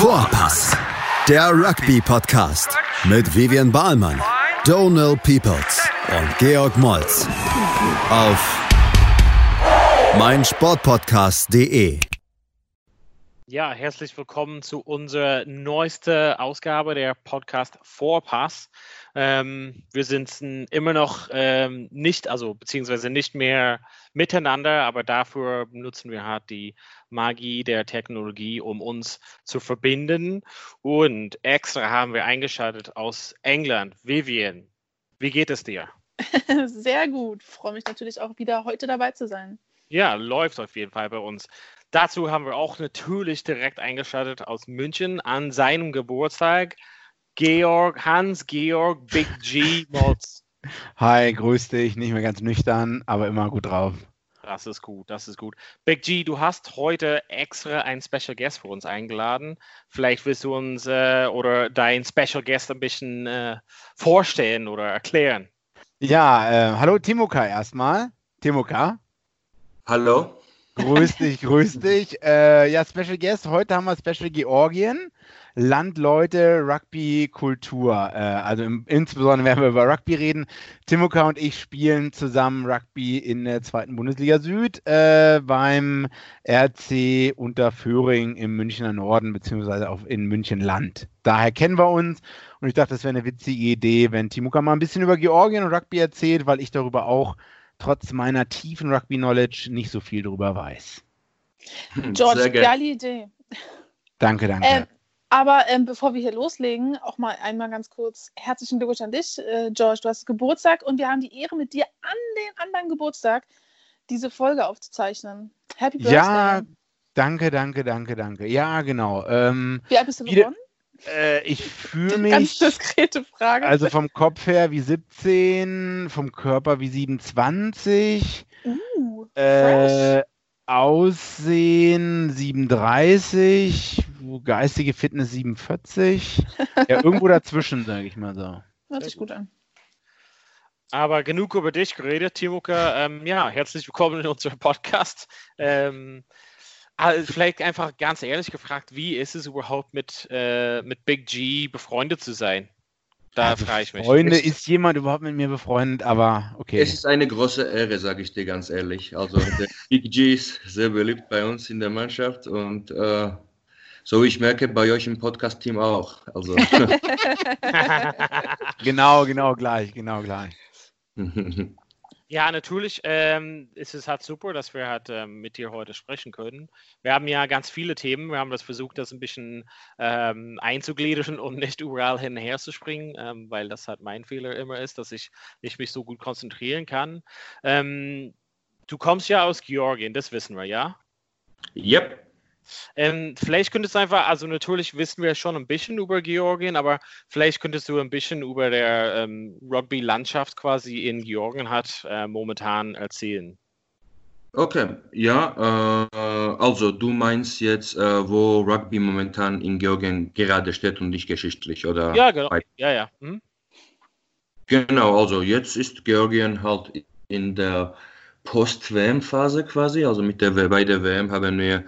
Vorpass, der Rugby-Podcast mit Vivian Bahlmann, Donald Peoples und Georg Moltz auf meinsportpodcast.de. Ja, herzlich willkommen zu unserer neuesten Ausgabe der Podcast Vorpass. Wir sind immer noch beziehungsweise nicht mehr miteinander, aber dafür nutzen wir halt die Magie der Technologie, um uns zu verbinden. Und extra haben wir eingeschaltet aus England. Vivian, wie geht es dir? Sehr gut. Freue mich natürlich auch wieder heute dabei zu sein. Ja, läuft auf jeden Fall bei uns. Dazu haben wir auch natürlich direkt eingeschaltet aus München an seinem Geburtstag. Hans-Georg Big G Moltz. Hi, grüß dich. Nicht mehr ganz nüchtern, aber immer gut drauf. Das ist gut, das ist gut. Big G, du hast heute extra einen Special Guest für uns eingeladen. Vielleicht willst du uns oder deinen Special Guest ein bisschen vorstellen oder erklären. Ja, hallo Timoka erstmal. Timoka. Hallo. Grüß dich. Special Guest. Heute haben wir Special Georgien. Landleute, Rugby, Kultur. Insbesondere werden wir über Rugby reden. Timoka und ich spielen zusammen Rugby in der 2. Bundesliga Süd beim RC Unterföhring im Münchner Norden beziehungsweise auch in München Land. Daher kennen wir uns und ich dachte, das wäre eine witzige Idee, wenn Timoka mal ein bisschen über Georgien und Rugby erzählt, weil ich darüber auch trotz meiner tiefen Rugby-Knowledge nicht so viel darüber weiß. George, geile Idee. Danke. Aber bevor wir hier loslegen, auch mal einmal ganz kurz herzlichen Glückwunsch an dich, George. Du hast Geburtstag und wir haben die Ehre, mit dir an den anderen Geburtstag diese Folge aufzuzeichnen. Happy Birthday. Ja, danke. Ja, genau. Wie alt bist du geworden? Ich fühle mich, ganz diskrete Frage. Also vom Kopf her wie 17, vom Körper wie 27, fresh. Aussehen 37, geistige Fitness 47, ja, irgendwo dazwischen, sage ich mal so. Hört sich gut an. Aber genug über dich geredet, Timoka. Herzlich willkommen in unserem Podcast. Vielleicht einfach ganz ehrlich gefragt, wie ist es überhaupt mit Big G befreundet zu sein? Da frage ich mich. Freunde, ist jemand überhaupt mit mir befreundet? Aber okay. Es ist eine große Ehre, sage ich dir ganz ehrlich. Also der Big G ist sehr beliebt bei uns in der Mannschaft und so wie ich merke, bei euch im Podcast-Team auch. Also. Genau gleich. Ja, natürlich ist es halt super, dass wir halt mit dir heute sprechen können. Wir haben ja ganz viele Themen. Wir haben das versucht, das ein bisschen einzugliedern und nicht überall hinher zu springen, weil das halt mein Fehler immer ist, dass ich nicht mich so gut konzentrieren kann. Du kommst ja aus Georgien, das wissen wir, ja? Yep. Vielleicht könntest du einfach, also natürlich wissen wir schon ein bisschen über Georgien, aber vielleicht könntest du ein bisschen über der Rugby-Landschaft quasi in Georgien momentan erzählen. Okay, ja, also du meinst jetzt, wo Rugby momentan in Georgien gerade steht und nicht geschichtlich, oder? Ja, genau. Ja. Genau, also jetzt ist Georgien halt in der Post-WM-Phase quasi, also bei der WM haben wir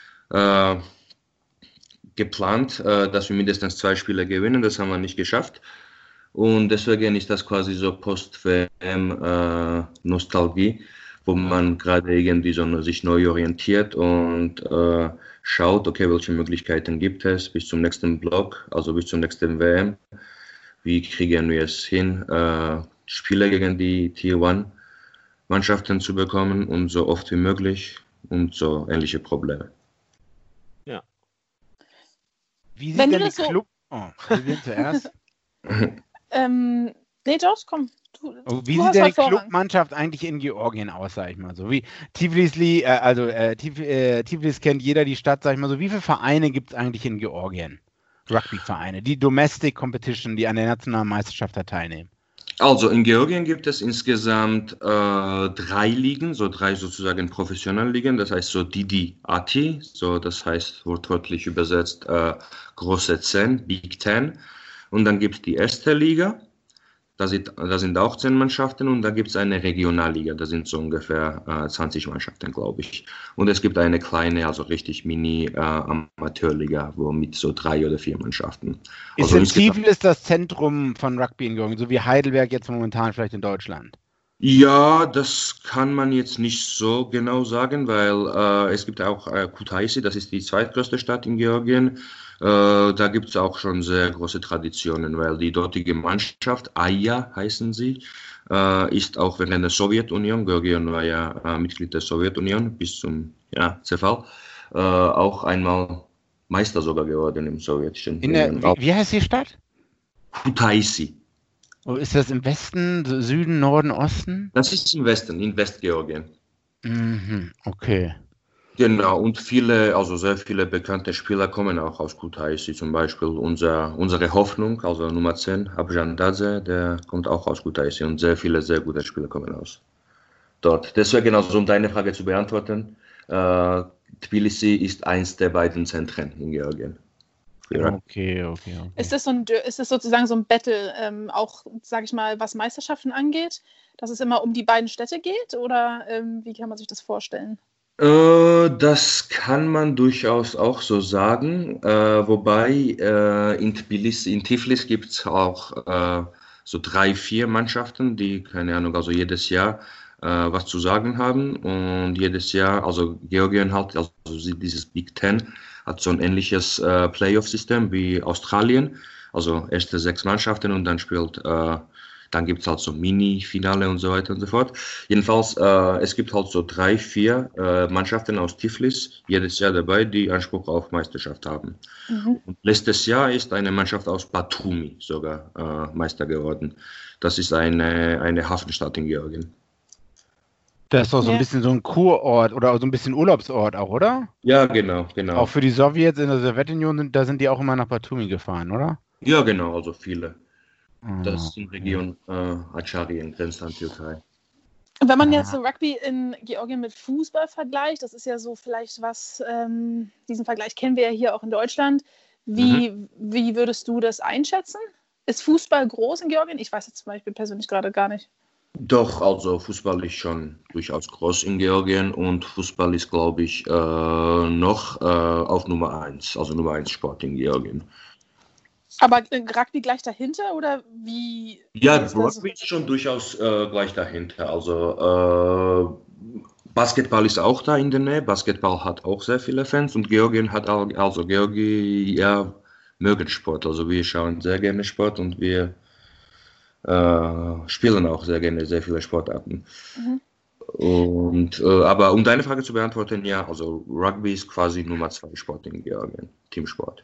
geplant, dass wir mindestens 2 Spiele gewinnen. Das haben wir nicht geschafft. Und deswegen ist das quasi so Post-WM-Nostalgie, wo man gerade irgendwie so sich neu orientiert und schaut, okay, welche Möglichkeiten gibt es bis zum nächsten Block, also bis zum nächsten WM. Wie kriegen wir es hin, Spiele gegen die Tier-1-Mannschaften zu bekommen und so oft wie möglich und so ähnliche Probleme. Ja. Wie sieht denn die Club... wir gehen zuerst. George, komm. Wie sieht denn die Clubmannschaft eigentlich in Georgien aus, sag ich mal so? Wie Tiflis kennt jeder die Stadt, sag ich mal so. Wie viele Vereine gibt es eigentlich in Georgien? Rugby-Vereine, die Domestic Competition, die an der nationalen Meisterschaft teilnehmen. Also in Georgien gibt es insgesamt 3 Ligen, so 3 sozusagen professionelle Ligen, das heißt so DDAT, so das heißt wortwörtlich übersetzt große 10, Big Ten. Und dann gibt es die erste Liga, Da sind auch 10 Mannschaften und da gibt es eine Regionalliga, da sind so ungefähr 20 Mannschaften, glaube ich. Und es gibt eine kleine, also richtig Mini-Amateurliga, wo mit so 3 oder 4 Mannschaften. Ist Also in Tiflis das Zentrum von Rugby in Georgien, so wie Heidelberg jetzt momentan vielleicht in Deutschland? Ja, das kann man jetzt nicht so genau sagen, weil es gibt auch Kutaisi, das ist die zweitgrößte Stadt in Georgien. Da gibt es auch schon sehr große Traditionen, weil die dortige Mannschaft, AIA heißen sie, ist auch während der Sowjetunion, Georgien war ja Mitglied der Sowjetunion bis zum Zerfall, auch einmal Meister sogar geworden im sowjetischen. Wie heißt die Stadt? Kutaisi. Wo ist das, im Westen, Süden, Norden, Osten? Das ist im Westen, in Westgeorgien. Mhm, okay. Genau, und sehr viele bekannte Spieler kommen auch aus Kutaisi, zum Beispiel unsere Hoffnung, also Nummer 10, Abjan Dadze, der kommt auch aus Kutaisi und sehr viele sehr gute Spieler kommen aus dort. Deswegen, also um deine Frage zu beantworten, Tbilisi ist eins der beiden Zentren in Georgien. Okay. Ist das sozusagen so ein Battle, auch, sage ich mal, was Meisterschaften angeht, dass es immer um die beiden Städte geht? Oder wie kann man sich das vorstellen? Das kann man durchaus auch so sagen, wobei in Tiflis gibt es auch so 3, 4 Mannschaften, die, keine Ahnung, also jedes Jahr was zu sagen haben und jedes Jahr, also Georgien hat, also dieses Big Ten hat so ein ähnliches Playoff-System wie Australien, also erste 6 Mannschaften und dann dann gibt es halt so Mini-Finale und so weiter und so fort. Jedenfalls, es gibt halt so 3, 4 Mannschaften aus Tiflis jedes Jahr dabei, die Anspruch auf Meisterschaft haben. Mhm. Und letztes Jahr ist eine Mannschaft aus Batumi sogar Meister geworden. Das ist eine Hafenstadt in Georgien. Das ist doch so ein bisschen so ein Kurort oder so ein bisschen Urlaubsort auch, oder? Ja, genau. Auch für die Sowjets in der Sowjetunion, da sind die auch immer nach Batumi gefahren, oder? Ja, genau, also viele. Das ist in Region Acharien, grenzt an Türkei. Wenn man jetzt so Rugby in Georgien mit Fußball vergleicht, das ist ja so vielleicht was, diesen Vergleich kennen wir ja hier auch in Deutschland. Wie würdest du das einschätzen? Ist Fußball groß in Georgien? Ich weiß jetzt zum Beispiel persönlich gerade gar nicht. Doch, also Fußball ist schon durchaus groß in Georgien und Fußball ist, glaube ich, noch auf Nummer 1, also Nummer 1 Sport in Georgien. Aber Rugby gleich dahinter oder wie? Ja, Rugby ist schon durchaus gleich dahinter. Also Basketball ist auch da in der Nähe. Basketball hat auch sehr viele Fans und Georgien hat auch, also Georgien mögen Sport. Also wir schauen sehr gerne Sport und wir spielen auch sehr gerne sehr viele Sportarten. Mhm. Und aber um deine Frage zu beantworten, ja, also Rugby ist quasi Nummer 2 Sport in Georgien, Teamsport.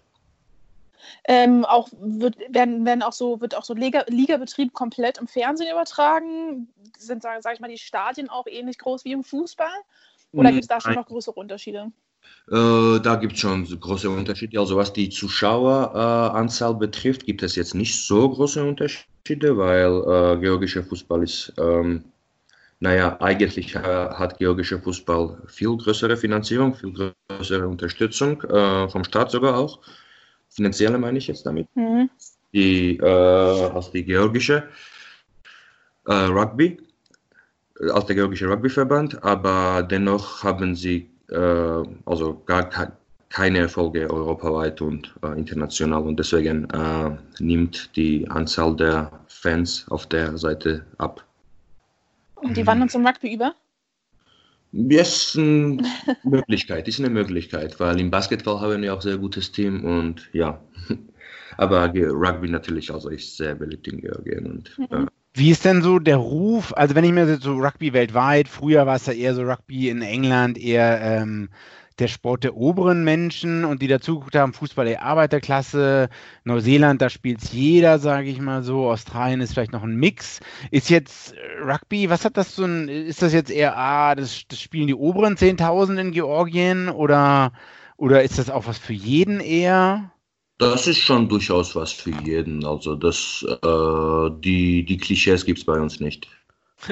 Wird auch so Ligabetrieb komplett im Fernsehen übertragen? Sind, sag ich mal, die Stadien auch ähnlich groß wie im Fußball? Oder gibt es da schon noch größere Unterschiede? Da gibt es schon große Unterschiede. Also was die Zuschaueranzahl betrifft, gibt es jetzt nicht so große Unterschiede, weil georgischer Fußball ist, eigentlich hat georgischer Fußball viel größere Finanzierung, viel größere Unterstützung, vom Staat sogar auch. Finanzielle meine ich jetzt damit. Mhm. Als die georgische Rugby, als der georgische Rugbyverband, aber dennoch haben sie also gar keine Erfolge europaweit und international und deswegen nimmt die Anzahl der Fans auf der Seite ab. Und die wandern zum Rugby über? Ist eine Möglichkeit, weil im Basketball haben wir auch sehr gutes Team und ja, aber Rugby natürlich also ist sehr beliebt in Georgien. Und, Wie ist denn so der Ruf, also wenn ich mir so Rugby weltweit, früher war es ja eher so Rugby in England, eher der Sport der oberen Menschen und die dazugeguckt haben, Fußball der Arbeiterklasse, Neuseeland, da spielt es jeder, sage ich mal so, Australien ist vielleicht noch ein Mix. Ist jetzt Rugby, was hat das ist das jetzt eher, das spielen die oberen 10.000 in Georgien oder ist das auch was für jeden eher? Das ist schon durchaus was für jeden, also die Klischees gibt es bei uns nicht.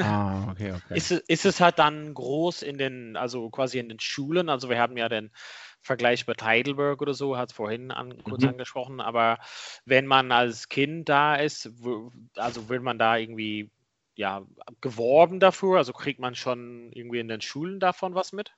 Okay. Ist es halt dann groß quasi in den Schulen? Also wir haben ja vergleichbar Heidelberg oder so, hat es vorhin kurz angesprochen, aber wenn man als Kind da ist, also wird man da irgendwie geworben dafür, also kriegt man schon irgendwie in den Schulen davon was mit?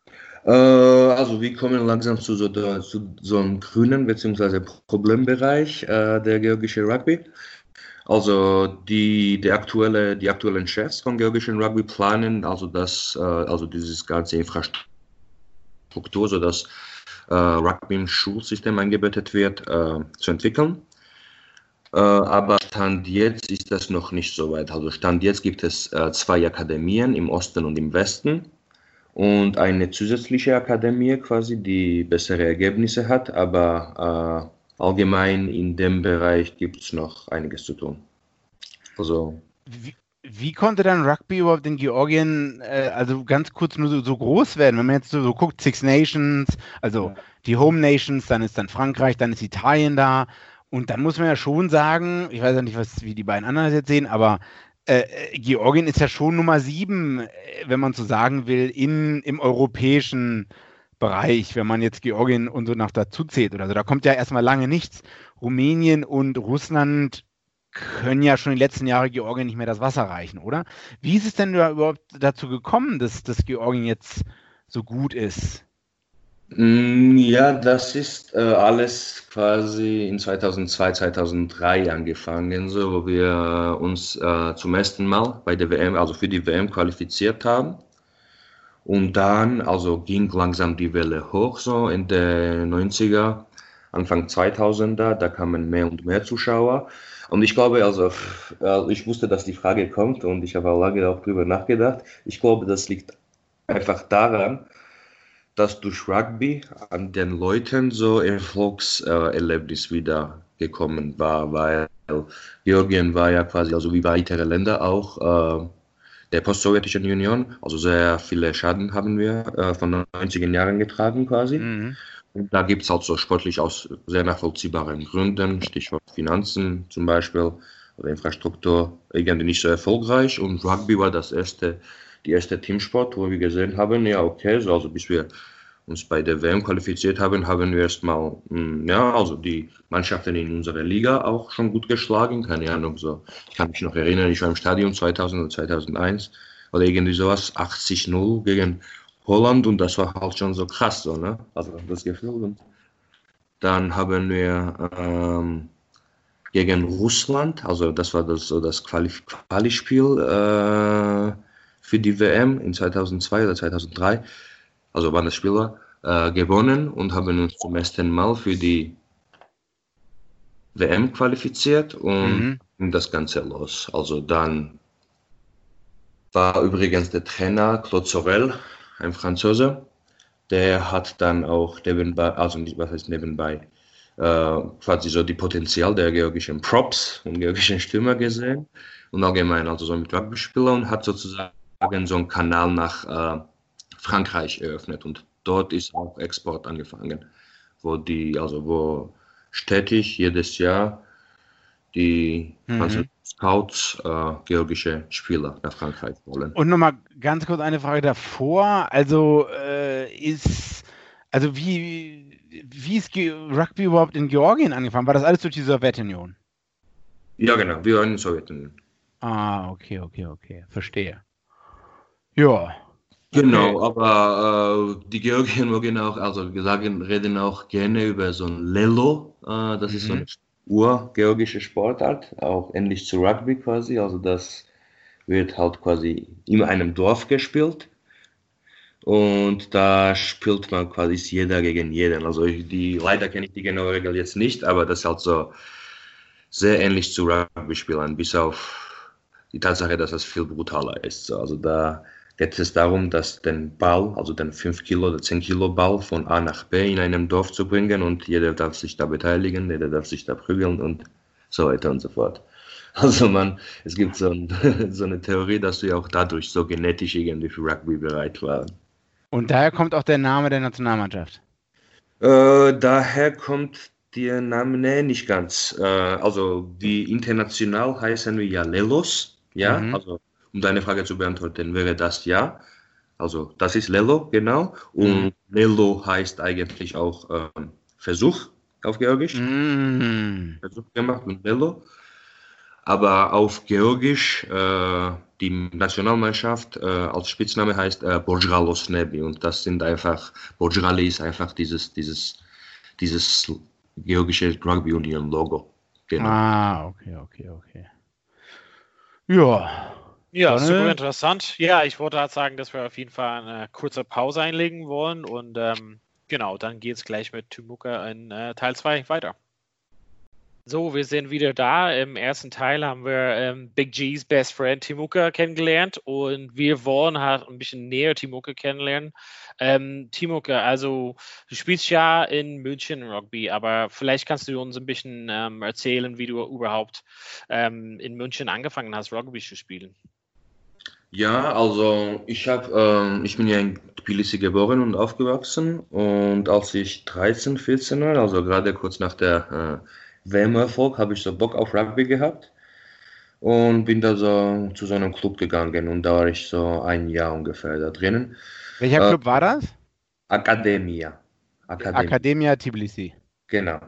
Also wir kommen langsam zu so einem grünen bzw. Problembereich der georgischen Rugby. Also die aktuellen Chefs von georgischen Rugby planen also dieses ganze Infrastruktur, sodass Rugby im Schulsystem eingebettet wird, zu entwickeln. Aber Stand jetzt ist das noch nicht so weit. Also Stand jetzt gibt es 2 Akademien im Osten und im Westen und eine zusätzliche Akademie quasi, die bessere Ergebnisse hat, aber allgemein in dem Bereich gibt es noch einiges zu tun. Also Wie konnte dann Rugby überhaupt in Georgien, also ganz kurz nur so groß werden? Wenn man jetzt so guckt, Six Nations, also die Home Nations, dann ist dann Frankreich, dann ist Italien da. Und dann muss man ja schon sagen, ich weiß ja nicht, wie die beiden anderen das jetzt sehen, aber Georgien ist ja schon Nummer 7, wenn man so sagen will, im europäischen Bereich, wenn man jetzt Georgien und so noch dazu zählt oder so. Da kommt ja erstmal lange nichts. Rumänien und Russland können ja schon die letzten Jahre Georgien nicht mehr das Wasser reichen, oder? Wie ist es denn überhaupt dazu gekommen, dass Georgien jetzt so gut ist? Ja, das ist alles quasi in 2002, 2003 angefangen, so, wo wir uns zum ersten Mal bei der WM, also für die WM qualifiziert haben. Und dann, also ging langsam die Welle hoch, so in den 90er, Anfang 2000er, da kamen mehr und mehr Zuschauer. Und ich glaube, also ich wusste, dass die Frage kommt und ich habe auch lange auch drüber nachgedacht. Ich glaube, das liegt einfach daran, dass durch Rugby an den Leuten so Erfolgserlebnis wieder gekommen war, weil Georgien war ja quasi, also wie weitere Länder auch, der post-sowjetischen Union, also sehr viele Schaden haben wir von den 90er Jahren getragen quasi. Mhm. Und da gibt es halt so sportlich aus sehr nachvollziehbaren Gründen, Stichwort Finanzen zum Beispiel oder Infrastruktur, irgendwie nicht so erfolgreich. Und Rugby war die erste Teamsport, wo wir gesehen haben, ja okay, so, also bis wir uns bei der WM qualifiziert haben, haben wir erstmal, also die Mannschaften in unserer Liga auch schon gut geschlagen, keine Ahnung, so. Ich kann mich noch erinnern, ich war im Stadion 2000 oder 2001 oder irgendwie sowas, 80-0 gegen Holland und das war halt schon so krass, so, ne? Also das Gefühl. Und dann haben wir gegen Russland, also das war das Quali-Spiel für die WM in 2002 oder 2003, also waren das Spieler, gewonnen und haben uns zum ersten Mal für die WM qualifiziert und ging das Ganze los. Also dann war übrigens der Trainer Claude Sorel, ein Franzose, der hat dann auch nebenbei, also nicht, was heißt nebenbei, quasi so die Potenzial der georgischen Props und georgischen Stürmer gesehen und allgemein also so mit Rugby-Spieler und hat sozusagen so einen Kanal nach Frankreich eröffnet und dort ist auch Export angefangen, wo stetig jedes Jahr die Scouts georgische Spieler nach Frankreich wollen. Und nochmal ganz kurz eine Frage davor. Also wie ist Rugby überhaupt in Georgien angefangen? War das alles durch die Sowjetunion? Ja, genau, wir waren in der Sowjetunion. Ah, okay, verstehe. Ja. Genau, aber die Georgier mögen auch, reden auch gerne über so ein Lelo, das ist so eine urgeorgische Sportart, auch ähnlich zu Rugby quasi, also das wird halt quasi in einem Dorf gespielt und da spielt man quasi jeder gegen jeden, also leider kenne ich die genaue Regel jetzt nicht, aber das ist halt so sehr ähnlich zu Rugby-Spielern, bis auf die Tatsache, dass das viel brutaler ist, also da geht es darum, dass den Ball, also den 5 Kilo oder 10 Kilo Ball von A nach B in einem Dorf zu bringen und jeder darf sich da beteiligen, jeder darf sich da prügeln und so weiter und so fort. Also es gibt so eine Theorie, dass wir auch dadurch so genetisch irgendwie für Rugby bereit waren. Und daher kommt auch der Name der Nationalmannschaft? Daher kommt der Name, nicht ganz. Also die international heißen wir ja Lelos, ja, also um deine Frage zu beantworten, wäre das ja. Also das ist Lelo, genau. Und Lelo heißt eigentlich auch Versuch auf Georgisch. Versuch gemacht und Lelo. Aber auf Georgisch, die Nationalmannschaft als Spitzname heißt Borjgalos Nebi. Und das sind einfach, Borjgali ist einfach dieses georgische Rugby Union Logo. Genau. Okay. Ja. Ja, Sonne? super interessant. Ja, ich wollte halt sagen, dass wir auf jeden Fall eine kurze Pause einlegen wollen und genau, dann geht es gleich mit Temuka in Teil 2 weiter. So, wir sind wieder da. Im ersten Teil haben wir Big G's Best Friend Temuka kennengelernt und wir wollen halt ein bisschen näher Temuka kennenlernen. Temuka, also du spielst ja in München Rugby, aber vielleicht kannst du uns ein bisschen erzählen, wie du überhaupt in München angefangen hast, Rugby zu spielen. Ja, also ich bin ja in Tbilisi geboren und aufgewachsen und als ich 13, 14 war, also gerade kurz nach der WM-Erfolg, habe ich so Bock auf Rugby gehabt und bin da so zu so einem Club gegangen und da war ich so ein Jahr ungefähr da drinnen. Welcher Club war das? Akademia. Academia Tbilisi. Genau.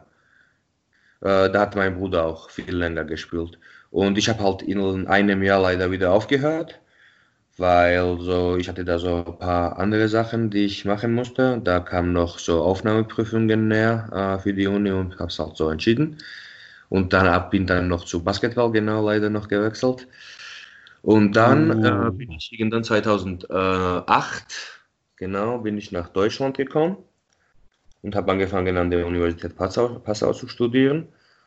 Da hat mein Bruder auch viel länger gespielt. Und ich habe halt in einem Jahr leider wieder aufgehört, weil so ich hatte da so ein paar andere Sachen, die ich machen musste. Da kamen noch so Aufnahmeprüfungen näher für die Uni und habe es halt so entschieden. Und dann bin dann noch zu Basketball genau leider noch gewechselt. Und dann bin ich irgendwann 2008 genau bin ich nach Deutschland gekommen und habe angefangen an der Universität Passau zu studieren.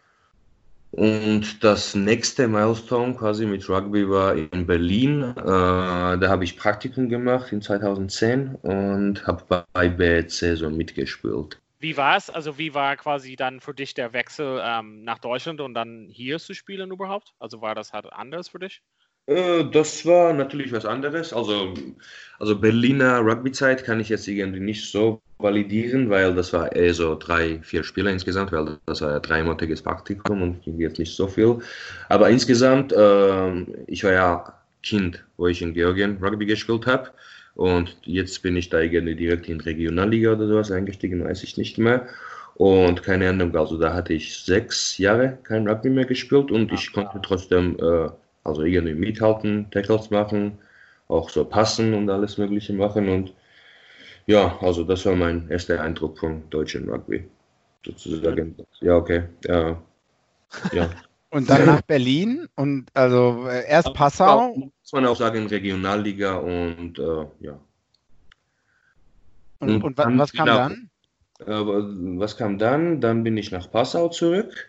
Und das nächste Milestone quasi mit Rugby war in Berlin. Da habe ich Praktikum gemacht in 2010 und habe bei BEC so mitgespielt. Wie war es? Also wie war quasi dann für dich der Wechsel nach Deutschland und dann hier zu spielen überhaupt? Also war das halt anders für dich? Das war natürlich was anderes. Also Berliner Rugby-Zeit kann ich jetzt irgendwie nicht so validieren, weil das war so 3, 4 Spiele insgesamt, weil das war ja 3-monatiges Praktikum und ging jetzt nicht so viel. Aber insgesamt, ich war ja Kind, wo ich in Georgien Rugby gespielt habe und jetzt bin ich da irgendwie direkt in Regionalliga oder sowas eingestiegen, weiß ich nicht mehr. Und keine Ahnung, also da hatte ich 6 Jahre kein Rugby mehr gespielt und ich konnte trotzdem also irgendwie mithalten, Tackles machen, auch so passen und alles Mögliche machen. Und ja, also das war mein erster Eindruck vom deutschen Rugby, sozusagen. Ja, okay. Ja. Und dann nach Berlin und also erst Passau. Muss man auch sagen, Regionalliga und ja. Und was kam dann? Was kam dann? Dann bin ich nach Passau zurück.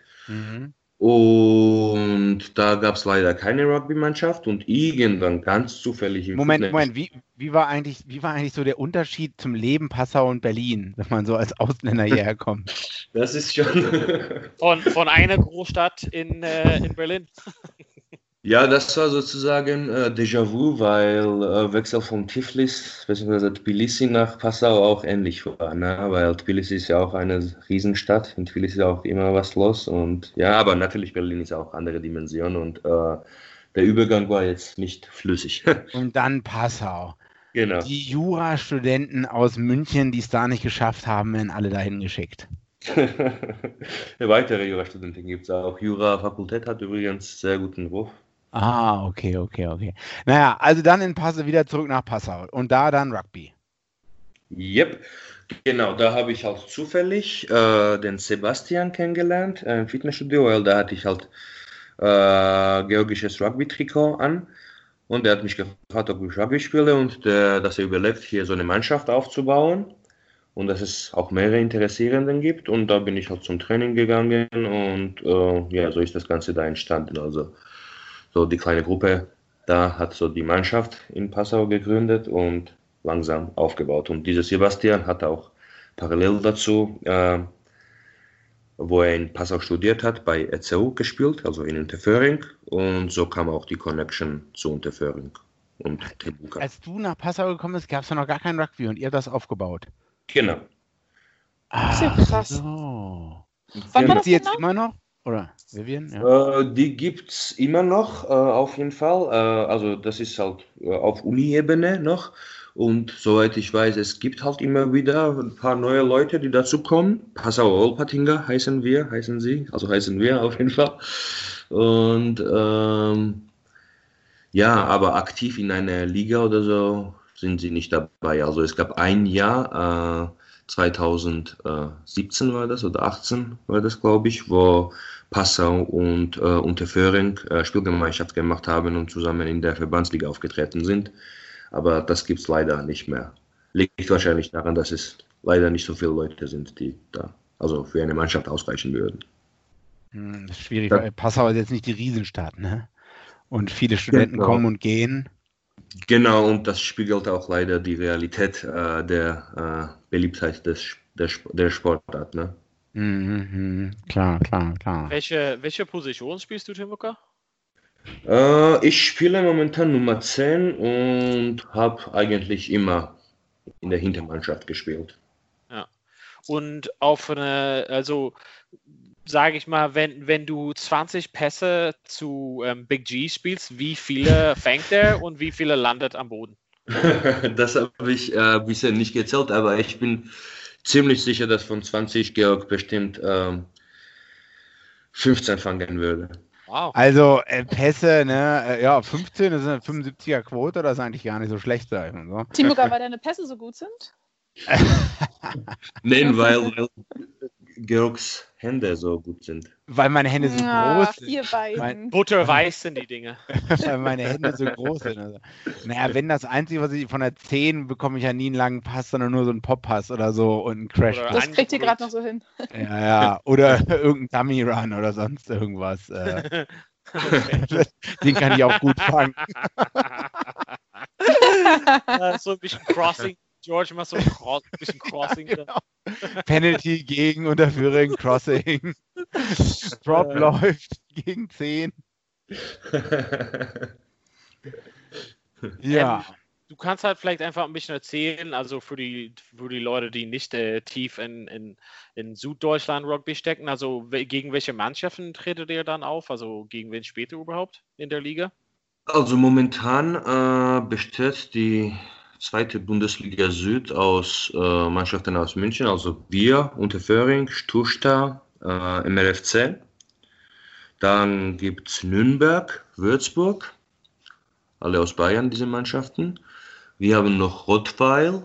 Und da gab es leider keine Rugby-Mannschaft und irgendwann ganz zufällig im Moment, wie war eigentlich so der Unterschied zum Leben Passau und Berlin, wenn man so als Ausländer hierher kommt? Das ist schon von einer Großstadt in Berlin. Ja, das war sozusagen Déjà-vu, weil Wechsel von Tiflis bzw. Tbilisi nach Passau auch ähnlich war, ne? Weil Tbilisi ist ja auch eine Riesenstadt, in Tbilisi ist auch immer was los und ja, aber natürlich Berlin ist auch andere Dimension und der Übergang war jetzt nicht flüssig. Und dann Passau. Genau. Die Jurastudenten aus München, die es da nicht geschafft haben, werden alle dahin geschickt. Weitere Jurastudenten gibt es auch. Jura-Fakultät hat übrigens sehr guten Ruf. Okay. Naja, also dann in Passau wieder zurück nach Passau und da dann Rugby. Yep, genau, da habe ich halt zufällig den Sebastian kennengelernt im Fitnessstudio, weil da hatte ich halt georgisches Rugby-Trikot an und er hat mich gefragt, ob ich Rugby spiele und dass er überlegt, hier so eine Mannschaft aufzubauen und dass es auch mehrere Interessierenden gibt und da bin ich halt zum Training gegangen und ja, so ist das Ganze da entstanden, also so die kleine Gruppe, da hat so die Mannschaft in Passau gegründet und langsam aufgebaut. Und dieser Sebastian hat auch parallel dazu, wo er in Passau studiert hat, bei ECU gespielt, also in Unterföhring. Und so kam auch die Connection zu Unterföhring und Temuka. Als du nach Passau gekommen bist, gab es ja noch gar kein Rugby und ihr habt das aufgebaut. Genau. Das ist ja krass. So. Wann war das die jetzt genau? immer noch? Oder Vivian? Ja. Die gibt es immer noch, auf jeden Fall. Also das ist halt auf Uni-Ebene noch. Und soweit ich weiß, es gibt halt immer wieder ein paar neue Leute, die dazu kommen. Passau Olpatinger heißen sie, also heißen wir auf jeden Fall. Und ja, aber aktiv in einer Liga oder so sind sie nicht dabei. Also es gab ein Jahr, 2017 war das oder 18 war das, glaube ich, wo Passau und Unterföhring Spielgemeinschaft gemacht haben und zusammen in der Verbandsliga aufgetreten sind. Aber das gibt es leider nicht mehr. Liegt wahrscheinlich daran, dass es leider nicht so viele Leute sind, die da also für eine Mannschaft ausreichen würden. Das ist schwierig, weil Passau ist jetzt nicht die Riesenstadt, ne? Und viele Studenten kommen und gehen. Genau, und das spiegelt auch leider die Realität der Beliebtheit der Sportart, ne? Klar. Welche Position spielst du, Timuka? Ich spiele momentan Nummer 10 und habe eigentlich immer in der Hintermannschaft gespielt. Ja. Und also sage ich mal, wenn du 20 Pässe zu Big G spielst, wie viele fängt er und wie viele landet am Boden? Das habe ich bisher nicht gezählt, aber ich bin ziemlich sicher, dass von 20 Georg bestimmt 15 fangen würde. Wow. Also Pässe, ne, 15, das ist eine 75er Quote, das ist eigentlich gar nicht so schlecht, sag ich mal so. Timuka, weil deine Pässe so gut sind? Nein, weil Georgs Hände so gut sind. Weil meine Hände so groß sind. Ihr beiden. Butterweiß sind die Dinge. Weil meine Hände so groß sind. Also. Naja, wenn das Einzige, was ich von der 10 bekomme ich ja nie einen langen Pass, sondern nur so einen Pop-Pass oder so und einen Crash. Das kriegt ihr gerade noch so hin. Ja. Oder irgendein Dummy-Run oder sonst irgendwas. Den kann ich auch gut fangen. So ein bisschen Crossing. George macht so ein bisschen Crossing. Genau. Penalty gegen Unterföhring, Crossing. Drop läuft gegen 10. Ja. Du kannst halt vielleicht einfach ein bisschen erzählen, also für die Leute, die nicht tief in Süddeutschland Rugby stecken, also gegen welche Mannschaften tretet ihr dann auf? Also gegen wen spielt ihr überhaupt in der Liga? Also momentan besteht die zweite Bundesliga Süd aus Mannschaften aus München, also wir, Unterföhring, Stusta, MRFC. Dann gibt es Nürnberg, Würzburg, alle aus Bayern, diese Mannschaften. Wir haben noch Rottweil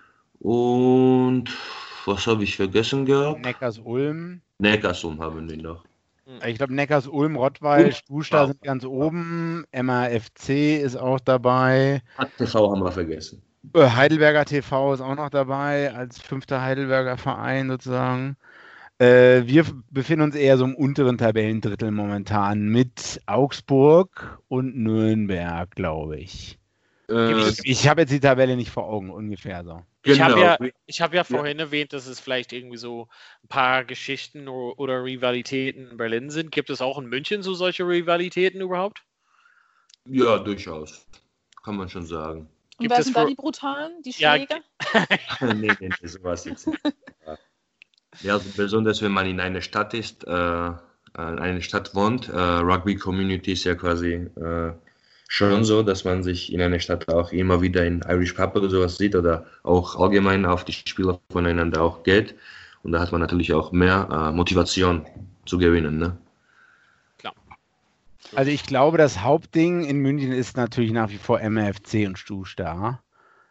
und was habe ich vergessen gehabt? Neckars-Ulm. Neckars-Ulm haben wir noch. Ich glaube, Neckars-Ulm, Rottweil, Stusta sind ganz oben. MAFC ist auch dabei. TV haben wir vergessen. Heidelberger TV ist auch noch dabei, als 5. Heidelberger Verein sozusagen. Wir befinden uns eher so im unteren Tabellendrittel momentan mit Augsburg und Nürnberg, glaube ich. Ich habe jetzt die Tabelle nicht vor Augen, ungefähr so. Genau. Ich habe ja vorhin erwähnt, dass es vielleicht irgendwie so ein paar Geschichten oder Rivalitäten in Berlin sind. Gibt es auch in München so solche Rivalitäten überhaupt? Ja, durchaus. Kann man schon sagen. Und wer sind da die Brutalen, die Schläger? Ja, nee, sowas jetzt nicht. Ja, also besonders wenn man in einer Stadt ist, eine Stadt wohnt, Rugby-Community ist ja quasi schon so, dass man sich in einer Stadt auch immer wieder in Irish Pub oder sowas sieht oder auch allgemein auf die Spieler voneinander auch geht. Und da hat man natürlich auch mehr Motivation zu gewinnen, ne? Klar. Also ich glaube, das Hauptding in München ist natürlich nach wie vor MRFC und Stusta.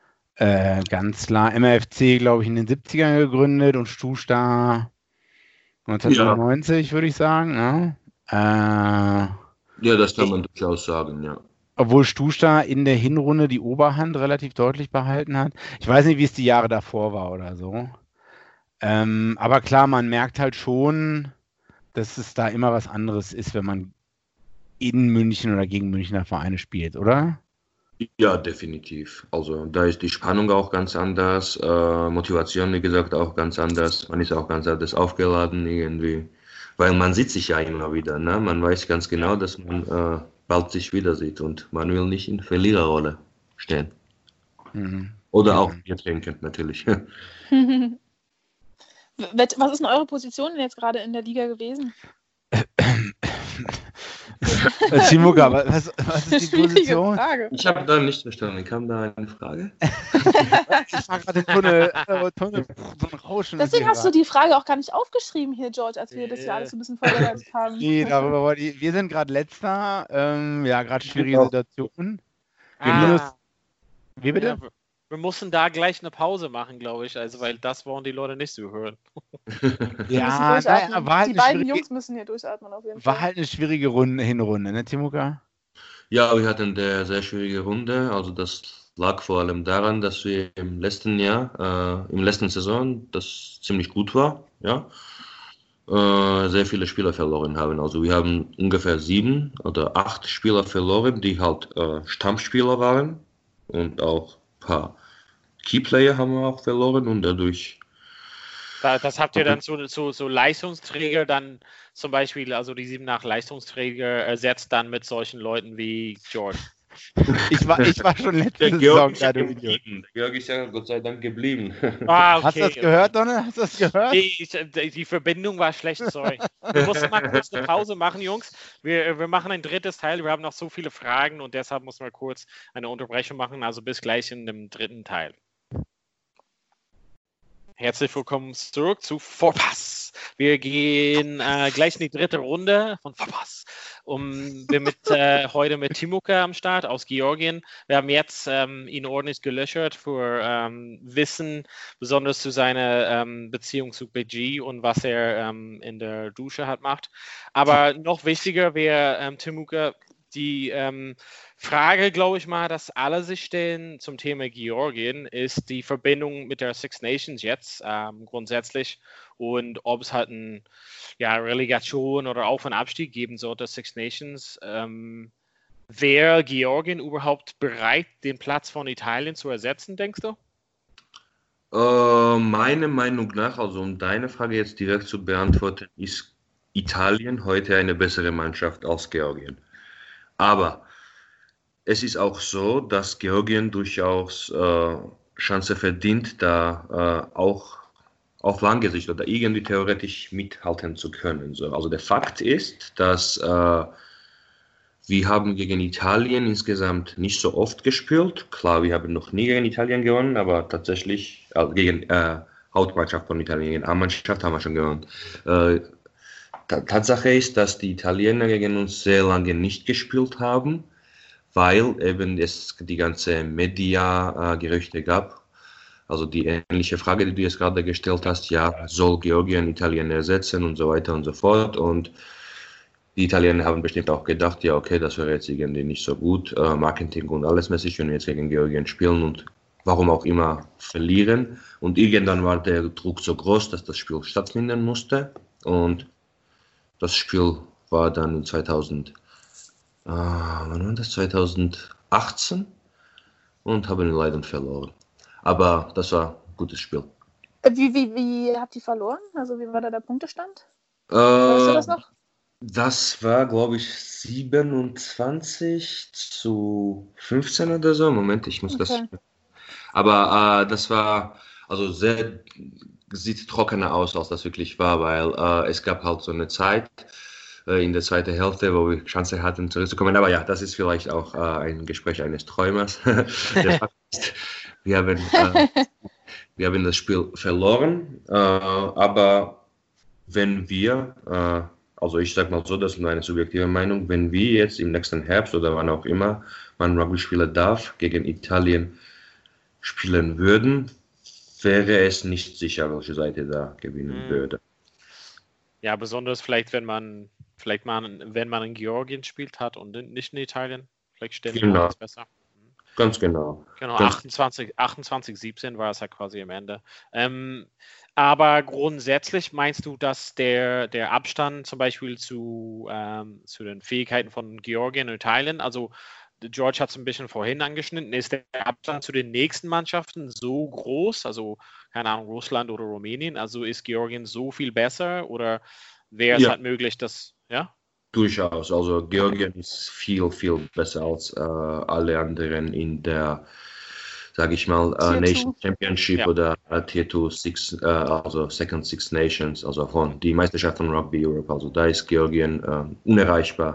Ganz klar. MRFC, glaube ich, in den 70ern gegründet und Stusta 1999, würde ich sagen. Ne? Ja, das kann man durchaus sagen, ja. Obwohl Stusta in der Hinrunde die Oberhand relativ deutlich behalten hat. Ich weiß nicht, wie es die Jahre davor war oder so. Aber klar, man merkt halt schon, dass es da immer was anderes ist, wenn man in München oder gegen Münchner Vereine spielt, oder? Ja, definitiv. Also da ist die Spannung auch ganz anders, Motivation, wie gesagt, auch ganz anders. Man ist auch ganz anders aufgeladen irgendwie, weil man sieht sich ja immer wieder, ne? Man weiß ganz genau, dass man bald sich wieder sieht und man will nicht in Verliererrolle stehen. Oder auch Bier trinken, natürlich. Was ist denn eure Position denn jetzt gerade in der Liga gewesen? Timuka, was ist die Position? Frage. Ich habe da nicht verstanden. Kam da eine Frage? Ich war gerade im Tunnel, so ein Rauschen. Deswegen hast du die Frage auch gar nicht aufgeschrieben hier, George, als wir das ja alles so ein bisschen vorbereitet haben. Nee, darüber wollte ich. Wir sind gerade Letzter. Ja, gerade schwierige Situation. Wie bitte? Ja, wir mussten da gleich eine Pause machen, glaube ich, also weil das wollen die Leute nicht so hören. Ja, naja, war halt die beiden Jungs müssen hier durchatmen auf jeden Fall. War halt eine schwierige Hinrunde, ne, Timuka? Ja, wir hatten eine sehr schwierige Runde. Also das lag vor allem daran, dass wir im letzten Saison, das ziemlich gut war, ja, sehr viele Spieler verloren haben. Also wir haben ungefähr 7 oder 8 Spieler verloren, die halt Stammspieler waren, und auch ein paar Keyplayer haben wir auch verloren, und dadurch... Das habt ihr dann so Leistungsträger dann zum Beispiel, also die 7 nach Leistungsträger ersetzt dann mit solchen Leuten wie George. Ich war schon letzte Saison da, du Idiot. Der Georg ist ja Gott sei Dank geblieben. Ah, okay. Hast du das gehört, Donne? Hast du das gehört? Nee, die Verbindung war schlecht, sorry. Wir mussten mal kurz eine Pause machen, Jungs. Wir machen ein drittes Teil. Wir haben noch so viele Fragen und deshalb mussten wir kurz eine Unterbrechung machen. Also bis gleich in dem dritten Teil. Herzlich willkommen zurück zu Vorpass. Wir gehen gleich in die dritte Runde von Vorpass. Wir heute mit Timuka am Start aus Georgien. Wir haben jetzt ihn ordentlich gelöchert für Wissen, besonders zu seiner Beziehung zu BG und was er in der Dusche macht. Aber noch wichtiger wäre, Timuka, die Frage, glaube ich mal, dass alle sich stellen zum Thema Georgien, ist die Verbindung mit der Six Nations jetzt grundsätzlich und ob es halt eine Relegation oder Auf- und Abstieg geben sollte, Six Nations. Wäre Georgien überhaupt bereit, den Platz von Italien zu ersetzen, denkst du? Meiner Meinung nach, also um deine Frage jetzt direkt zu beantworten, ist Italien heute eine bessere Mannschaft als Georgien. Aber es ist auch so, dass Georgien durchaus Chance verdient, da auch auf lange Sicht oder irgendwie theoretisch mithalten zu können. So, also der Fakt ist, dass wir haben gegen Italien insgesamt nicht so oft gespielt. Klar, wir haben noch nie gegen Italien gewonnen, aber tatsächlich gegen Hauptmannschaft von Italien, gegen A-Mannschaft haben wir schon gewonnen. Tatsache ist, dass die Italiener gegen uns sehr lange nicht gespielt haben, weil eben es die ganze Media-Gerüchte gab. Also die ähnliche Frage, die du jetzt gerade gestellt hast, ja, soll Georgien Italien ersetzen und so weiter und so fort. Und die Italiener haben bestimmt auch gedacht, ja, okay, das wäre jetzt irgendwie nicht so gut, Marketing und alles mäßig, wenn wir jetzt gegen Georgien spielen und warum auch immer verlieren. Und irgendwann war der Druck so groß, dass das Spiel stattfinden musste. Und das Spiel war dann in 2018 und haben leider verloren. Aber das war ein gutes Spiel. Wie habt ihr verloren? Also wie war da der Punktestand? Weißt du das noch? Das war, glaube ich, 27-15 oder so. Moment, ich muss das... Aber das war also sieht trockener aus, als das wirklich war, weil es gab halt so eine Zeit in der zweiten Hälfte, wo wir Chance hatten zurückzukommen. Aber ja, das ist vielleicht auch ein Gespräch eines Träumers. Der Fakt ist, wir haben das Spiel verloren, aber wenn wir, also ich sage mal so, das ist meine subjektive Meinung, wenn wir jetzt im nächsten Herbst oder wann auch immer man Rugby spielen darf, gegen Italien spielen würden, wäre es nicht sicher, welche Seite da gewinnen würde. Ja, besonders vielleicht, wenn man in Georgien spielt hat und nicht in Italien. Vielleicht stellen wir das besser. Ganz genau. Genau, 28-17 war es ja quasi am Ende. Aber grundsätzlich meinst du, dass der Abstand zum Beispiel zu den Fähigkeiten von Georgien und Italien, also George hat es ein bisschen vorhin angeschnitten, ist der Abstand zu den nächsten Mannschaften so groß, also keine Ahnung, Russland oder Rumänien, also ist Georgien so viel besser oder wäre es halt möglich, dass, ja? Durchaus, also Georgien ist viel, viel besser als alle anderen in der, sage ich mal, Nation Championship oder Tier 2 Six, also Second Six Nations, also von die Meisterschaft von Rugby Europe, also da ist Georgien unerreichbar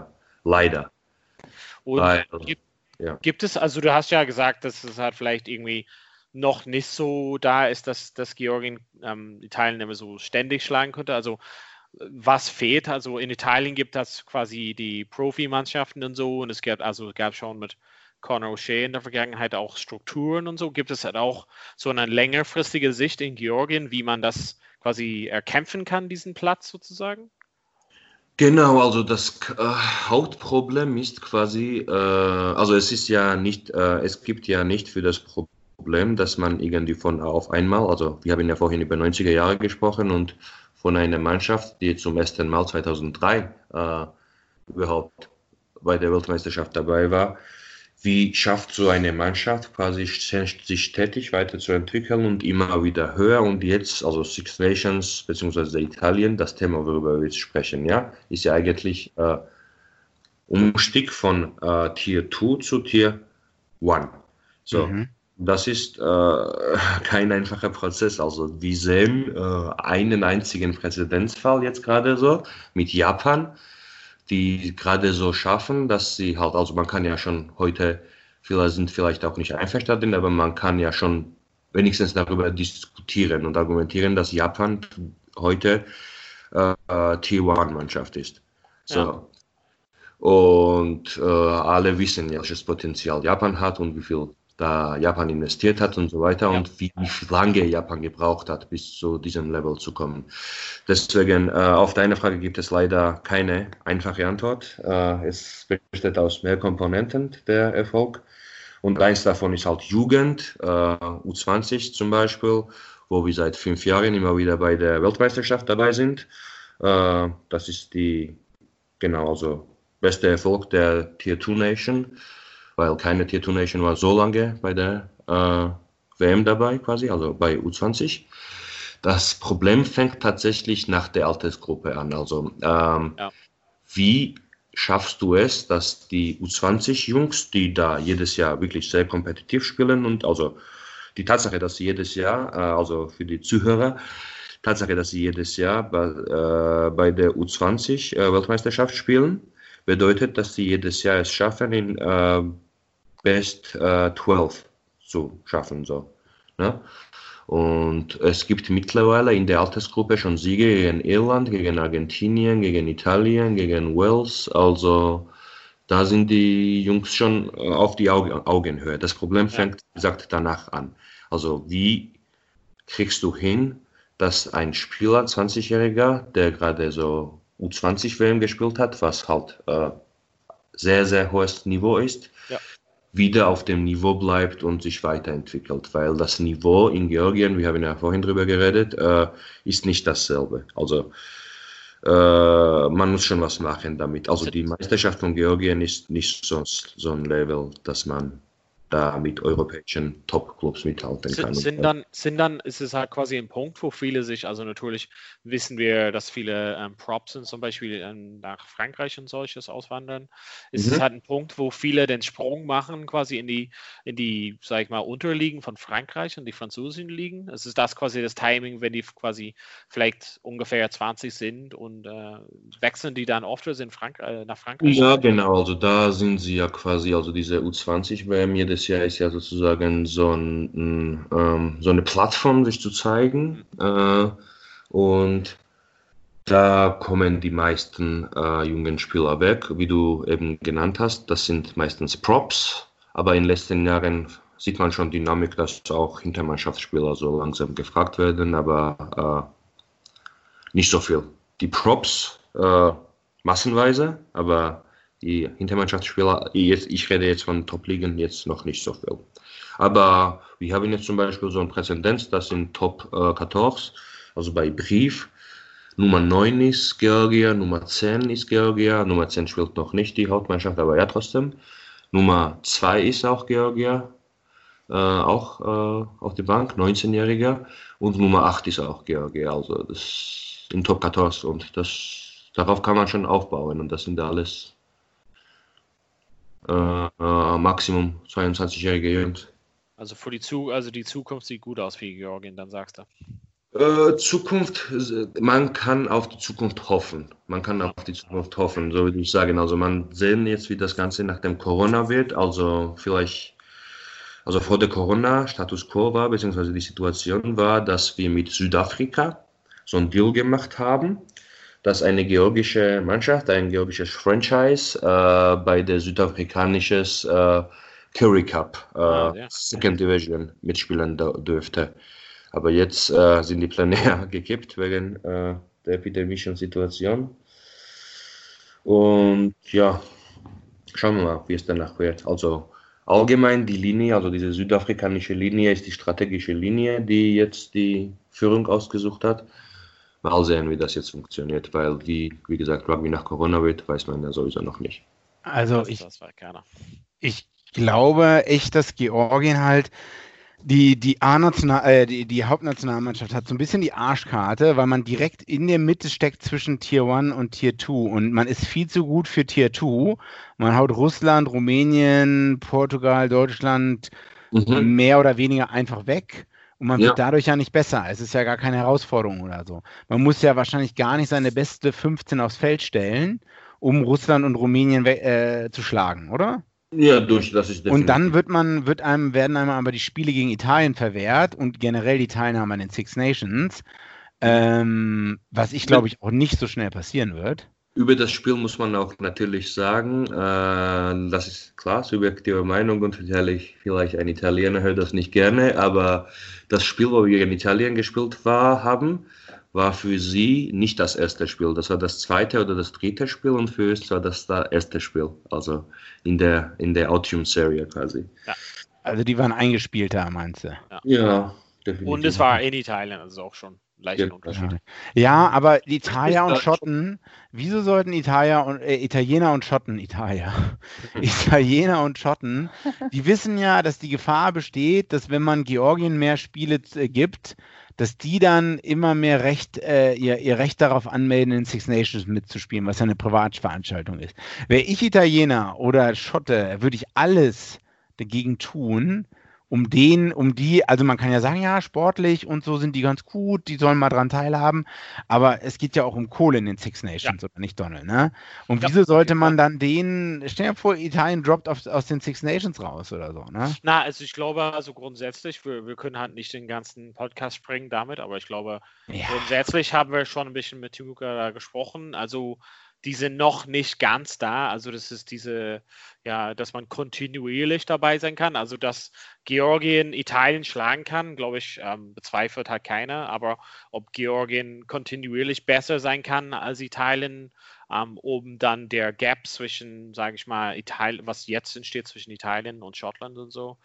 Leider. Und Weil, gibt es, also du hast ja gesagt, dass es halt vielleicht irgendwie noch nicht so da ist, dass Georgien die Teilnehmer so ständig schlagen könnte. Also was fehlt? Also in Italien gibt es quasi die Profimannschaften und so, und es gab schon mit Conor O'Shea in der Vergangenheit auch Strukturen und so. Gibt es halt auch so eine längerfristige Sicht in Georgien, wie man das quasi erkämpfen kann, diesen Platz sozusagen? Genau, also das Hauptproblem ist quasi, also es ist ja nicht, es gibt ja nicht für das Problem, dass man irgendwie von auf einmal, also wir haben ja vorhin über 90er Jahre gesprochen und von einer Mannschaft, die zum ersten Mal 2003 überhaupt bei der Weltmeisterschaft dabei war. Wie schafft so eine Mannschaft quasi sich stetig weiterzuentwickeln und immer wieder höher? Und jetzt, also Six Nations bzw. Italien, das Thema, worüber wir jetzt sprechen, ja, ist ja eigentlich Umstieg von Tier 2 zu Tier 1. So, das ist kein einfacher Prozess. Also wir sehen einen einzigen Präzedenzfall jetzt gerade so mit Japan, die gerade so schaffen, dass sie halt, also man kann ja schon heute, viele sind vielleicht auch nicht einverstanden, aber man kann ja schon wenigstens darüber diskutieren und argumentieren, dass Japan heute Tier-1-Mannschaft ist. So. Ja. Und alle wissen ja, welches Potenzial Japan hat und wie viel da Japan investiert hat und so weiter und wie lange Japan gebraucht hat, bis zu diesem Level zu kommen. Deswegen, auf deine Frage gibt es leider keine einfache Antwort. Es besteht aus mehr Komponenten, der Erfolg. Und eins davon ist halt Jugend, U20 zum Beispiel, wo wir seit 5 Jahren immer wieder bei der Weltmeisterschaft dabei sind. Das ist also beste Erfolg der Tier 2 Nation, weil keine Tier 2 Nation war so lange bei der WM dabei quasi, also bei U20. Das Problem fängt tatsächlich nach der Altersgruppe an. Also wie schaffst du es, dass die U20-Jungs, die da jedes Jahr wirklich sehr kompetitiv spielen und also die Tatsache, dass sie jedes Jahr, also für die Zuhörer, Tatsache, dass sie jedes Jahr bei der U20 Weltmeisterschaft spielen, bedeutet, dass sie jedes Jahr es schaffen, in Best 12 zu schaffen. So, ne? Und es gibt mittlerweile in der Altersgruppe schon Siege gegen Irland, gegen Argentinien, gegen Italien, gegen Wales. Also da sind die Jungs schon auf die Augenhöhe. Das Problem fängt, wie gesagt, danach an. Also wie kriegst du hin, dass ein Spieler, 20-Jähriger, der gerade so U20-WM gespielt hat, was halt sehr, sehr hohes Niveau ist, wieder auf dem Niveau bleibt und sich weiterentwickelt, weil das Niveau in Georgien, wir haben ja vorhin drüber geredet, ist nicht dasselbe. Also man muss schon was machen damit. Also die Meisterschaft von Georgien ist nicht so ein Level, dass man da mit europäischen Top-Clubs mithalten kann. Ist es halt quasi ein Punkt, wo viele sich, also natürlich wissen wir, dass viele Props sind, zum Beispiel nach Frankreich und solches auswandern. Ist es halt ein Punkt, wo viele den Sprung machen, quasi in die, sag ich mal, Unterligen von Frankreich und die französischen Ligen? Es ist das quasi das Timing, wenn die quasi vielleicht ungefähr 20 sind und wechseln die dann oft nach Frankreich? Ja, genau, also da sind sie ja quasi, also diese U20-WM jedes Jahr ist ja sozusagen so eine Plattform, sich zu zeigen. Und da kommen die meisten jungen Spieler weg, wie du eben genannt hast. Das sind meistens Props, aber in den letzten Jahren sieht man schon Dynamik, dass auch Hintermannschaftsspieler so langsam gefragt werden, aber nicht so viel. Die Props massenweise, aber die Hintermannschaftsspieler, ich rede jetzt von Top-Ligen, jetzt noch nicht so viel. Aber wir haben jetzt zum Beispiel so ein Präzedenz, das sind Top 14, also bei Brief. Nummer 9 ist Georgia, Nummer 10 ist Georgia, Nummer 10 spielt noch nicht die Hauptmannschaft, aber ja trotzdem. Nummer 2 ist auch Georgia, auch auf der Bank, 19-Jähriger. Und Nummer 8 ist auch Georgia, also das in Top 14 und darauf kann man schon aufbauen und das sind alles Maximum 22-jährige Jungs. Also die Zukunft sieht gut aus für Georgien, dann sagst du. Zukunft, man kann auf die Zukunft hoffen. So würde ich sagen. Also man sehen jetzt, wie das Ganze nach dem Corona wird. Also vor der Corona Status Quo war, beziehungsweise die Situation war, dass wir mit Südafrika so ein Deal gemacht haben, dass eine georgische Mannschaft, ein georgisches Franchise bei der südafrikanischen Currie Cup Second Division mitspielen dürfte. Aber jetzt sind die Pläne ja gekippt wegen der epidemischen Situation. Und ja, schauen wir mal, wie es danach wird. Also allgemein die Linie, also diese südafrikanische Linie ist die strategische Linie, die jetzt die Führung ausgesucht hat. Mal sehen, wie das jetzt funktioniert, weil wie gesagt, Rugby nach Corona wird, weiß man ja sowieso noch nicht. Also ich glaube echt, dass Georgien halt die Hauptnationalmannschaft hat so ein bisschen die Arschkarte, weil man direkt in der Mitte steckt zwischen Tier 1 und Tier 2 und man ist viel zu gut für Tier 2. Man haut Russland, Rumänien, Portugal, Deutschland mehr oder weniger einfach weg und man wird dadurch ja nicht besser. Es ist ja gar keine Herausforderung oder so. Man muss ja wahrscheinlich gar nicht seine beste 15 aufs Feld stellen, um Russland und Rumänien zu schlagen, oder? Ja, das ist definitiv. Und dann werden einem aber die Spiele gegen Italien verwehrt und generell die Teilnahme an den Six Nations, was ich glaube ich auch nicht so schnell passieren wird. Über das Spiel muss man auch natürlich sagen, das ist klar, subjektive Meinung und vielleicht ein Italiener hört das nicht gerne, aber das Spiel, wo wir gegen Italien gespielt haben, war für sie nicht das erste Spiel. Das war das zweite oder das dritte Spiel und für uns war das erste Spiel. Also in der Autumn-Serie quasi. Ja. Also die waren eingespielter, meinst du? Ja, definitiv. Und es war in Italien, also auch schon leicht ein Unterschied. Ja, aber die Italiener und Schotten, wieso sollten Italiener und Schotten, die wissen ja, dass die Gefahr besteht, dass wenn man Georgien mehr Spiele gibt, dass die dann immer mehr ihr Recht darauf anmelden, in Six Nations mitzuspielen, was ja eine Privatveranstaltung ist. Wäre ich Italiener oder Schotte, würde ich alles dagegen tun, um die, also man kann ja sagen, ja, sportlich und so sind die ganz gut, die sollen mal dran teilhaben, aber es geht ja auch um Kohle in den Six Nations, oder nicht, Donald, ne? Und wieso sollte man dann stell dir vor, Italien droppt aus den Six Nations raus oder so, ne? Na, also ich glaube, also grundsätzlich, wir können halt nicht den ganzen Podcast sprengen damit, aber ich glaube, grundsätzlich haben wir schon ein bisschen mit Timuka da gesprochen, also die sind noch nicht ganz da, also das ist dass man kontinuierlich dabei sein kann, also dass Georgien Italien schlagen kann, glaube ich, bezweifelt halt keiner, aber ob Georgien kontinuierlich besser sein kann als Italien, um dann der Gap zwischen, sage ich mal, Italien, was jetzt entsteht zwischen Italien und Schottland und so,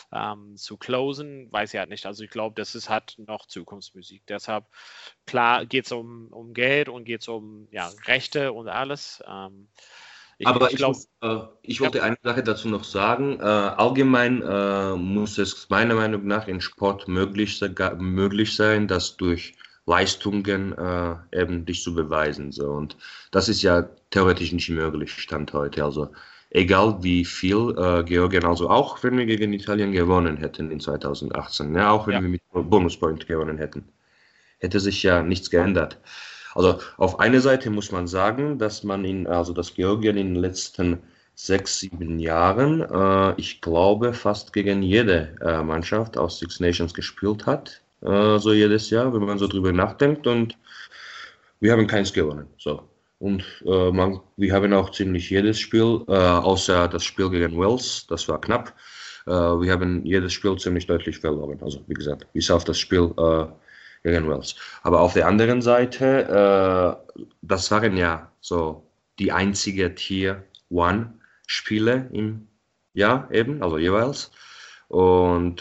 zu closen, weiß ich halt nicht. Also ich glaube, das ist halt noch Zukunftsmusik. Deshalb, klar, geht es um Geld und geht es um Rechte und alles. Ich wollte eine Sache dazu noch sagen. Allgemein muss es meiner Meinung nach im Sport möglich sein, dass durch Leistungen eben dich zu beweisen. So. Und das ist ja theoretisch nicht möglich, Stand heute. Also egal wie viel Georgien, also auch wenn wir gegen Italien gewonnen hätten in 2018, auch wenn wir mit Bonuspoint gewonnen hätten, hätte sich ja nichts geändert. Also auf einer Seite muss man sagen, dass dass Georgien in den letzten 6-7 Jahren, ich glaube, fast gegen jede Mannschaft aus Six Nations gespielt hat. So jedes Jahr, wenn man so drüber nachdenkt, und wir haben keins gewonnen. So. Und wir haben auch ziemlich jedes Spiel, außer das Spiel gegen Wales, das war knapp, wir haben jedes Spiel ziemlich deutlich verloren. Also wie gesagt, bis auf das Spiel gegen Wales. Aber auf der anderen Seite, das waren ja so die einzige Tier 1 Spiele im Jahr eben, also jeweils. Und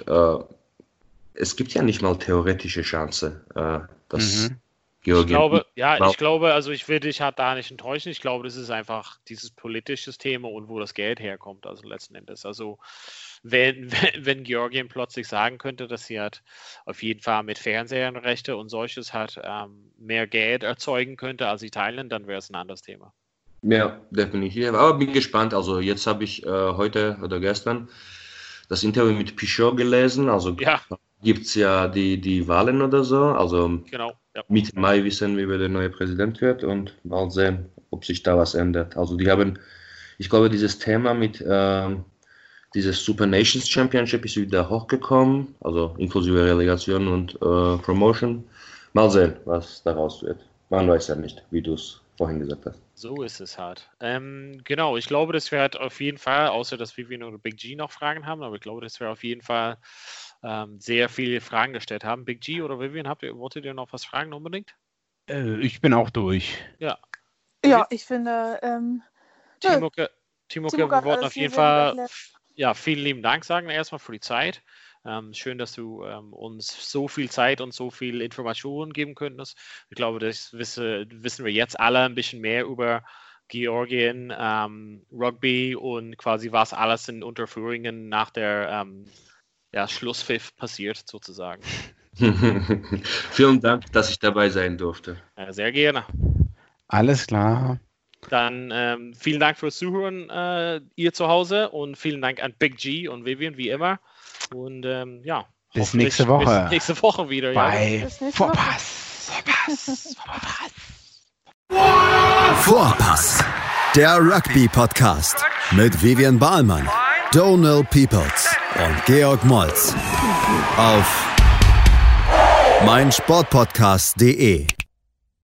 es gibt ja nicht mal theoretische Chance, dass Georgien... Ich glaube, also ich will dich halt da nicht enttäuschen. Ich glaube, das ist einfach dieses politische Thema und wo das Geld herkommt, also letzten Endes. Also wenn Georgien plötzlich sagen könnte, dass sie halt auf jeden Fall mit Fernsehrechte und solches halt mehr Geld erzeugen könnte als Italien, dann wäre es ein anderes Thema. Ja, definitiv. Aber bin gespannt. Also jetzt habe ich heute oder gestern das Interview mit Pichot gelesen. Also gibt es ja die Wahlen oder so. Also Genau. Ja. Mitte Mai wissen wir, wer der neue Präsident wird und mal sehen, ob sich da was ändert. Also die haben, ich glaube, dieses Thema mit dieses Super Nations Championship ist wieder hochgekommen, also inklusive Relegation und Promotion. Mal sehen, was daraus wird. Man weiß ja nicht, wie du es vorhin gesagt hast. So ist es halt. Genau, ich glaube, dass wir halt auf jeden Fall, außer dass Vivian oder Big G noch Fragen haben, aber ich glaube, dass wir auf jeden Fall sehr viele Fragen gestellt haben. Big G oder Vivian, wolltet ihr noch was fragen unbedingt? Ich bin auch durch. Ja. Ja, ich finde, Timoke, wir wollten auf jeden Fall erklärt. Vielen lieben Dank sagen erstmal für die Zeit. Schön, dass du uns so viel Zeit und so viel Informationen geben könntest. Ich glaube, das wissen wir jetzt alle ein bisschen mehr über Georgien, Rugby und quasi was alles in Unterführungen nach der Schlusspfiff passiert sozusagen. Vielen Dank, dass ich dabei sein durfte. Sehr gerne. Alles klar. Dann vielen Dank fürs Zuhören, ihr zu Hause, und vielen Dank an Big G und Vivian, wie immer. Und bis nächste Woche. Bis nächste Woche wieder. Bei Vorpass. Vorpass, der Rugby-Podcast mit Vivian Bahlmann, Donald Peoples und Georg Moltz auf meinsportpodcast.de.